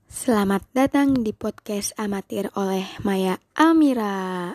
Selamat datang di podcast amatir oleh Maya Almira.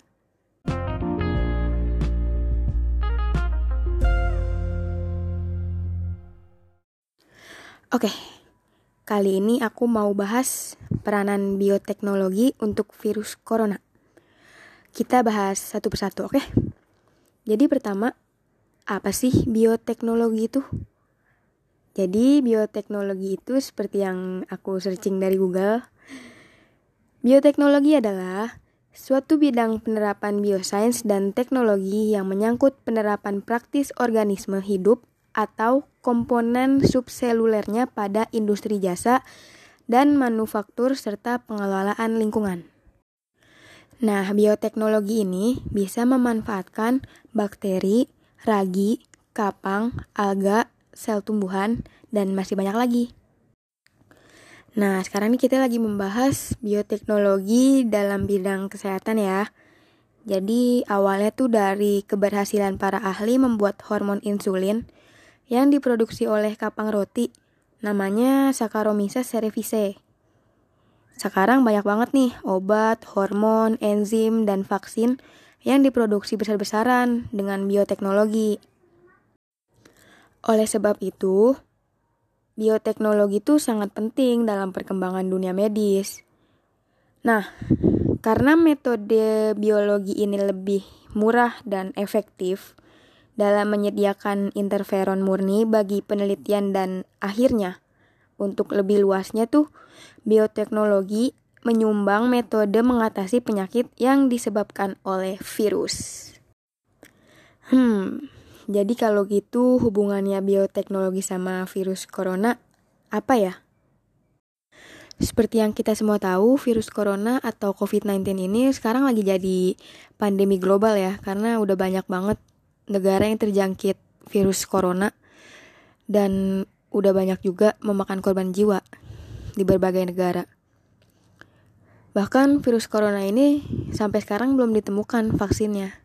Oke, kali ini aku mau bahas peranan bioteknologi untuk virus corona. Kita bahas satu persatu, oke? Jadi pertama, apa sih bioteknologi itu? Jadi bioteknologi itu seperti yang aku searching dari Google. Bioteknologi adalah suatu bidang penerapan biosains dan teknologi yang menyangkut penerapan praktis organisme hidup atau komponen subselulernya pada industri jasa dan manufaktur serta pengelolaan lingkungan. Nah, bioteknologi ini bisa memanfaatkan bakteri, ragi, kapang, alga, sel tumbuhan, dan masih banyak lagi. Nah, sekarang ini kita lagi membahas bioteknologi dalam bidang kesehatan ya. Jadi, awalnya tuh dari keberhasilan para ahli membuat hormon insulin yang diproduksi oleh kapang roti, namanya Saccharomyces cerevisiae. Sekarang banyak banget nih obat, hormon, enzim, dan vaksin yang diproduksi besar-besaran dengan bioteknologi. Oleh sebab itu, bioteknologi itu sangat penting dalam perkembangan dunia medis. Nah, karena metode biologi ini lebih murah dan efektif dalam menyediakan interferon murni bagi penelitian dan akhirnya untuk lebih luasnya tuh bioteknologi menyumbang metode mengatasi penyakit yang disebabkan oleh virus. Jadi kalau gitu hubungannya bioteknologi sama virus corona apa ya? Seperti yang kita semua tahu, virus corona atau COVID-19 ini sekarang lagi jadi pandemi global ya, karena udah banyak banget negara yang terjangkit virus corona dan udah banyak juga memakan korban jiwa di berbagai negara. Bahkan virus corona ini sampai sekarang belum ditemukan vaksinnya.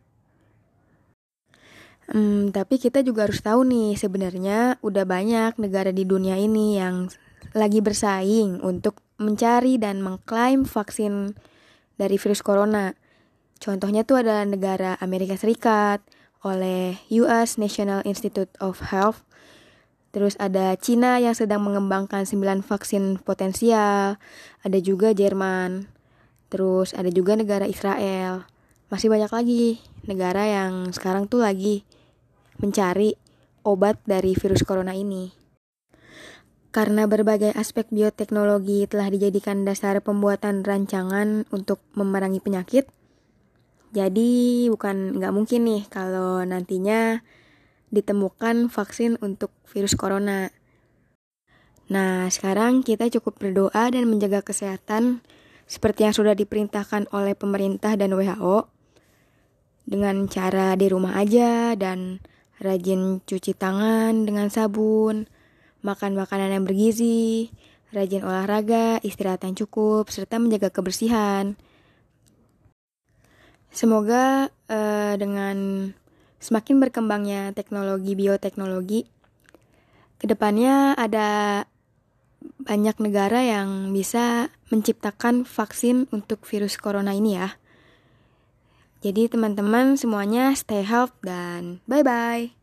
Tapi kita juga harus tahu nih, sebenarnya udah banyak negara di dunia ini yang lagi bersaing untuk mencari dan mengklaim vaksin dari virus corona. Contohnya tuh ada negara Amerika Serikat oleh US National Institute of Health. Terus ada Cina yang sedang mengembangkan 9 vaksin potensial. Ada juga Jerman. Terus ada juga negara Israel. Masih banyak lagi negara yang sekarang tuh lagi mencari obat dari virus corona ini. Karena berbagai aspek bioteknologi telah dijadikan dasar pembuatan rancangan untuk memerangi penyakit, jadi nggak mungkin nih kalau nantinya ditemukan vaksin untuk virus corona. Nah, sekarang kita cukup berdoa dan menjaga kesehatan seperti yang sudah diperintahkan oleh pemerintah dan WHO dengan cara di rumah aja dan rajin cuci tangan dengan sabun, makan makanan yang bergizi, rajin olahraga, istirahat yang cukup, serta menjaga kebersihan. Semoga dengan semakin berkembangnya teknologi bioteknologi, kedepannya ada banyak negara yang bisa menciptakan vaksin untuk virus corona ini ya. Jadi teman-teman semuanya stay healthy dan bye-bye.